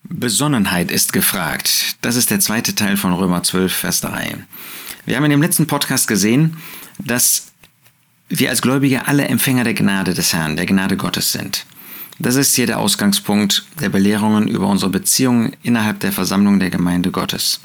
Besonnenheit ist gefragt. Das ist der zweite Teil von Römer 12, Vers 3. Wir haben in dem letzten Podcast gesehen, dass wir als Gläubige alle Empfänger der Gnade des Herrn, der Gnade Gottes sind. Das ist hier der Ausgangspunkt der Belehrungen über unsere Beziehungen innerhalb der Versammlung der Gemeinde Gottes.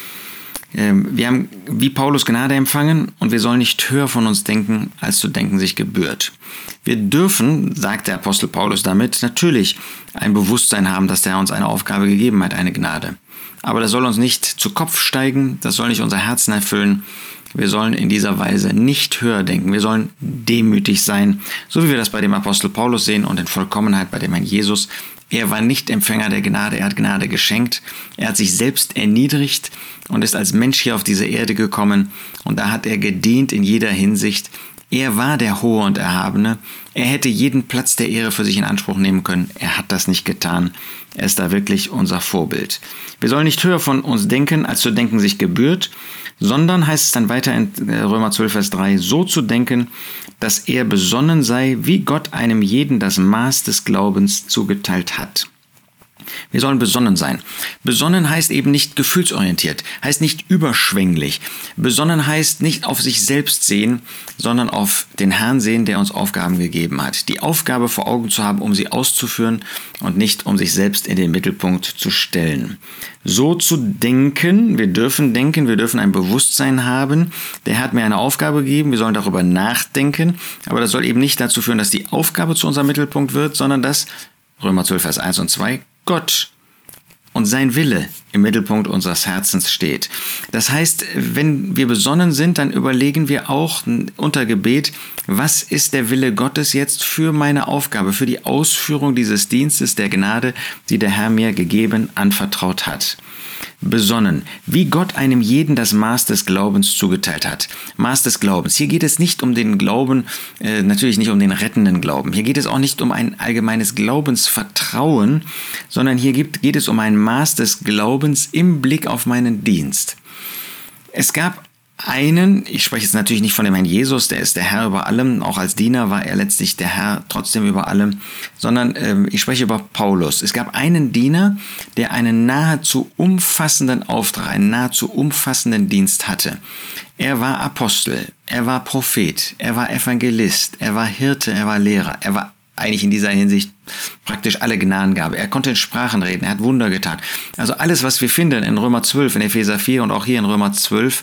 Wir haben wie Paulus Gnade empfangen und wir sollen nicht höher von uns denken, als zu denken sich gebührt. Wir dürfen, sagt der Apostel Paulus damit, natürlich ein Bewusstsein haben, dass der Herr uns eine Aufgabe gegeben hat, eine Gnade. Aber das soll uns nicht zu Kopf steigen, das soll nicht unser Herzen erfüllen. Wir sollen in dieser Weise nicht höher denken, wir sollen demütig sein, so wie wir das bei dem Apostel Paulus sehen und in Vollkommenheit bei dem Herrn Jesus. Er war nicht Empfänger der Gnade, er hat Gnade geschenkt, er hat sich selbst erniedrigt und ist als Mensch hier auf diese Erde gekommen und da hat er gedient in jeder Hinsicht. Er war der Hohe und Erhabene, er hätte jeden Platz der Ehre für sich in Anspruch nehmen können, er hat das nicht getan, er ist da wirklich unser Vorbild. Wir sollen nicht höher von uns denken, als zu denken sich gebührt, sondern, heißt es dann weiter in Römer 12, Vers 3, so zu denken, dass er besonnen sei, wie Gott einem jeden das Maß des Glaubens zugeteilt hat. Wir sollen besonnen sein. Besonnen heißt eben nicht gefühlsorientiert, heißt nicht überschwänglich. Besonnen heißt nicht auf sich selbst sehen, sondern auf den Herrn sehen, der uns Aufgaben gegeben hat. Die Aufgabe vor Augen zu haben, um sie auszuführen und nicht um sich selbst in den Mittelpunkt zu stellen. So zu denken, wir dürfen ein Bewusstsein haben. Der Herr hat mir eine Aufgabe gegeben, wir sollen darüber nachdenken, aber das soll eben nicht dazu führen, dass die Aufgabe zu unserem Mittelpunkt wird, sondern dass, Römer 12, Vers 1 und 2, Gott und sein Wille im Mittelpunkt unseres Herzens steht. Das heißt, wenn wir besonnen sind, dann überlegen wir auch unter Gebet, was ist der Wille Gottes jetzt für meine Aufgabe, für die Ausführung dieses Dienstes der Gnade, die der Herr mir gegeben, anvertraut hat. Besonnen, wie Gott einem jeden das Maß des Glaubens zugeteilt hat. Maß des Glaubens. Hier geht es nicht um den Glauben, natürlich nicht um den rettenden Glauben. Hier geht es auch nicht um ein allgemeines Glaubensvertrauen, sondern hier geht es um ein Maß des Glaubens im Blick auf meinen Dienst. Es gab einen, ich spreche jetzt natürlich nicht von dem Herrn Jesus, der ist der Herr über allem, auch als Diener war er letztlich der Herr trotzdem über allem, sondern ich spreche über Paulus. Es gab einen Diener, der einen nahezu umfassenden Auftrag, einen nahezu umfassenden Dienst hatte. Er war Apostel, er war Prophet, er war Evangelist, er war Hirte, er war Lehrer, er war eigentlich in dieser Hinsicht praktisch alle Gnadengabe. Er konnte in Sprachen reden, er hat Wunder getan. Also alles, was wir finden in Römer 12, in Epheser 4 und auch hier in Römer 12,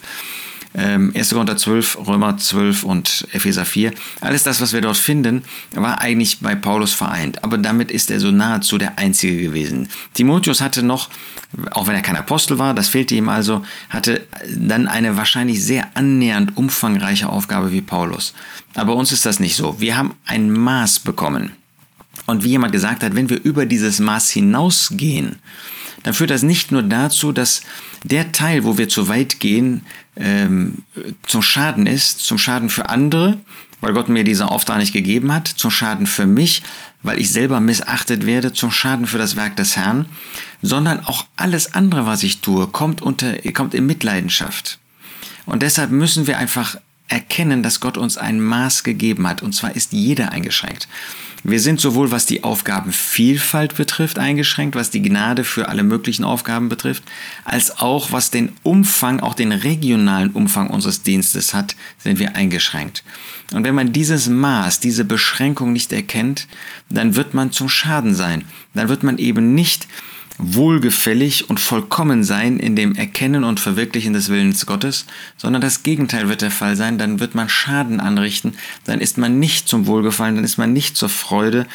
1. Korinther 12, Römer 12 und Epheser 4. Alles das, was wir dort finden, war eigentlich bei Paulus vereint. Aber damit ist er so nahezu der Einzige gewesen. Timotheus hatte noch, auch wenn er kein Apostel war, das fehlte ihm also, hatte dann eine wahrscheinlich sehr annähernd umfangreiche Aufgabe wie Paulus. Aber uns ist das nicht so. Wir haben ein Maß bekommen. Und wie jemand gesagt hat, wenn wir über dieses Maß hinausgehen, dann führt das nicht nur dazu, dass der Teil, wo wir zu weit gehen, zum Schaden ist, zum Schaden für andere, weil Gott mir diesen Auftrag nicht gegeben hat, zum Schaden für mich, weil ich selber missachtet werde, zum Schaden für das Werk des Herrn, sondern auch alles andere, was ich tue, kommt in Mitleidenschaft. Und deshalb müssen wir einfach erkennen, dass Gott uns ein Maß gegeben hat, und zwar ist jeder eingeschränkt. Wir sind sowohl, was die Aufgabenvielfalt betrifft, eingeschränkt, was die Gnade für alle möglichen Aufgaben betrifft, als auch, was den Umfang, auch den regionalen Umfang unseres Dienstes hat, sind wir eingeschränkt. Und wenn man dieses Maß, diese Beschränkung nicht erkennt, dann wird man zum Schaden sein. Dann wird man eben nicht wohlgefällig und vollkommen sein in dem Erkennen und Verwirklichen des Willens Gottes, sondern das Gegenteil wird der Fall sein, dann wird man Schaden anrichten, dann ist man nicht zum Wohlgefallen, dann ist man nicht zur Freude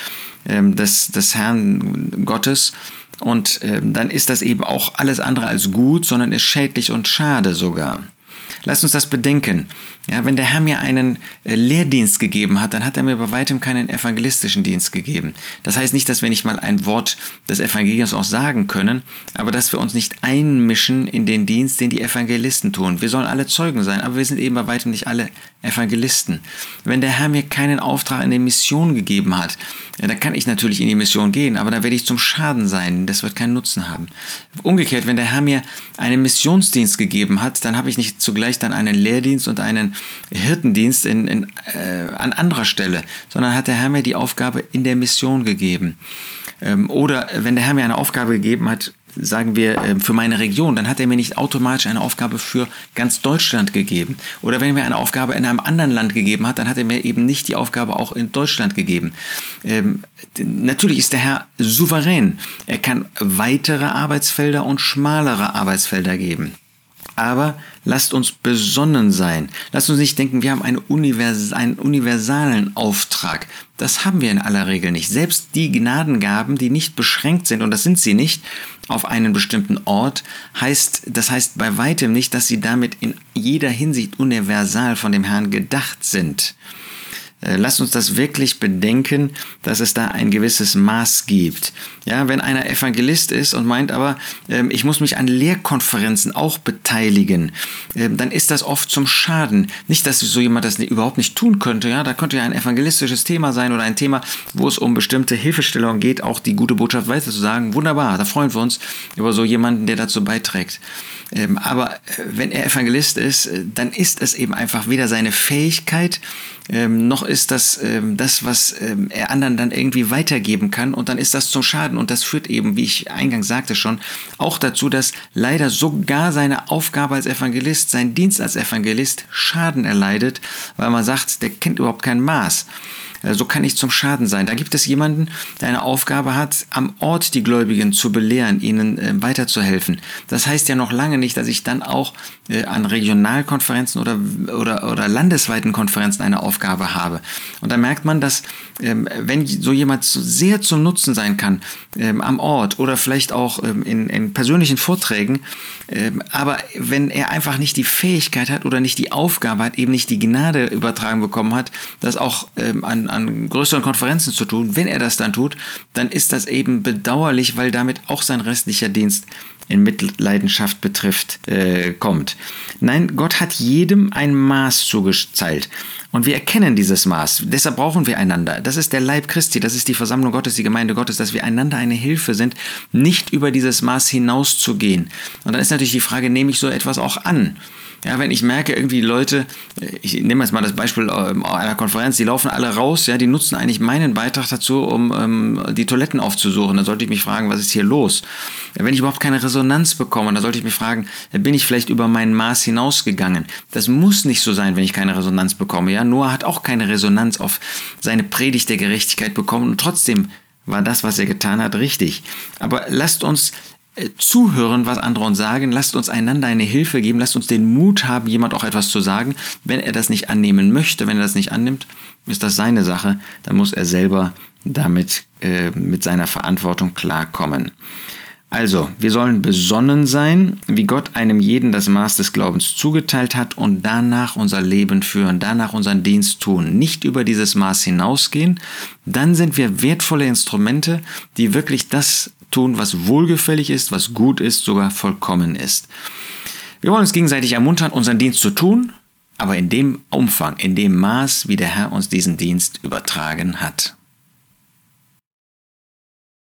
des Herrn Gottes und dann ist das eben auch alles andere als gut, sondern ist schädlich und schade sogar. Lasst uns das bedenken. Ja, wenn der Herr mir einen Lehrdienst gegeben hat, dann hat er mir bei weitem keinen evangelistischen Dienst gegeben. Das heißt nicht, dass wir nicht mal ein Wort des Evangeliums auch sagen können, aber dass wir uns nicht einmischen in den Dienst, den die Evangelisten tun. Wir sollen alle Zeugen sein, aber wir sind eben bei weitem nicht alle Evangelisten. Wenn der Herr mir keinen Auftrag in die Mission gegeben hat, dann kann ich natürlich in die Mission gehen, aber dann werde ich zum Schaden sein. Das wird keinen Nutzen haben. Umgekehrt, wenn der Herr mir einen Missionsdienst gegeben hat, dann habe ich nicht zugleich dann einen Lehrdienst und einen Hirtendienst an anderer Stelle, sondern hat der Herr mir die Aufgabe in der Mission gegeben. Oder wenn der Herr mir eine Aufgabe gegeben hat, sagen wir, für meine Region, dann hat er mir nicht automatisch eine Aufgabe für ganz Deutschland gegeben. Oder wenn er mir eine Aufgabe in einem anderen Land gegeben hat, dann hat er mir eben nicht die Aufgabe auch in Deutschland gegeben. Natürlich ist der Herr souverän. Er kann weitere Arbeitsfelder und schmalere Arbeitsfelder geben. Aber lasst uns besonnen sein. Lasst uns nicht denken, wir haben einen universalen Auftrag. Das haben wir in aller Regel nicht. Selbst die Gnadengaben, die nicht beschränkt sind, und das sind sie nicht, auf einen bestimmten Ort, das heißt bei weitem nicht, dass sie damit in jeder Hinsicht universal von dem Herrn gedacht sind. Lasst uns das wirklich bedenken, dass es da ein gewisses Maß gibt. Ja, wenn einer Evangelist ist und meint aber, ich muss mich an Lehrkonferenzen auch beteiligen, dann ist das oft zum Schaden. Nicht, dass so jemand das überhaupt nicht tun könnte. Ja, da könnte ja ein evangelistisches Thema sein oder ein Thema, wo es um bestimmte Hilfestellungen geht, auch die gute Botschaft weiterzusagen. Wunderbar, da freuen wir uns über so jemanden, der dazu beiträgt. Aber wenn er Evangelist ist, dann ist es eben einfach weder seine Fähigkeit, noch ist das was er anderen dann irgendwie weitergeben kann, und dann ist das zum Schaden, und das führt eben, wie ich eingangs sagte schon, auch dazu, dass leider sogar seine Aufgabe als Evangelist, sein Dienst als Evangelist Schaden erleidet, weil man sagt, der kennt überhaupt kein Maß. So kann ich zum Schaden sein. Da gibt es jemanden, der eine Aufgabe hat, am Ort die Gläubigen zu belehren, ihnen weiterzuhelfen. Das heißt ja noch lange nicht, dass ich dann auch an Regionalkonferenzen oder landesweiten Konferenzen eine Aufgabe habe. Und da merkt man, dass wenn so jemand sehr zum Nutzen sein kann, am Ort oder vielleicht auch in persönlichen Vorträgen, aber wenn er einfach nicht die Fähigkeit hat oder nicht die Aufgabe hat, eben nicht die Gnade übertragen bekommen hat, das auch an größeren Konferenzen zu tun, wenn er das dann tut, dann ist das eben bedauerlich, weil damit auch sein restlicher Dienst in Mitleidenschaft kommt. Nein, Gott hat jedem ein Maß zugeteilt. Und wir erkennen dieses Maß. Deshalb brauchen wir einander. Das ist der Leib Christi, das ist die Versammlung Gottes, die Gemeinde Gottes, dass wir einander eine Hilfe sind, nicht über dieses Maß hinauszugehen. Und dann ist natürlich die Frage, nehme ich so etwas auch an? Ja, wenn ich merke, irgendwie Leute, ich nehme jetzt mal das Beispiel einer Konferenz, die laufen alle raus, ja, die nutzen eigentlich meinen Beitrag dazu, um die Toiletten aufzusuchen. Dann sollte ich mich fragen, was ist hier los? Wenn ich überhaupt keine Resonanz bekomme, dann sollte ich mich fragen, bin ich vielleicht über mein Maß hinausgegangen? Das muss nicht so sein, wenn ich keine Resonanz bekomme. Ja, Noah hat auch keine Resonanz auf seine Predigt der Gerechtigkeit bekommen, und trotzdem war das, was er getan hat, richtig. Aber lasst uns zuhören, was andere uns sagen. Lasst uns einander eine Hilfe geben. Lasst uns den Mut haben, jemand auch etwas zu sagen. Wenn er das nicht annehmen möchte, wenn er das nicht annimmt, ist das seine Sache. Dann muss er selber damit mit seiner Verantwortung klarkommen. Also, wir sollen besonnen sein, wie Gott einem jeden das Maß des Glaubens zugeteilt hat, und danach unser Leben führen, danach unseren Dienst tun, nicht über dieses Maß hinausgehen. Dann sind wir wertvolle Instrumente, die wirklich das tun, was wohlgefällig ist, was gut ist, sogar vollkommen ist. Wir wollen uns gegenseitig ermuntern, unseren Dienst zu tun, aber in dem Umfang, in dem Maß, wie der Herr uns diesen Dienst übertragen hat.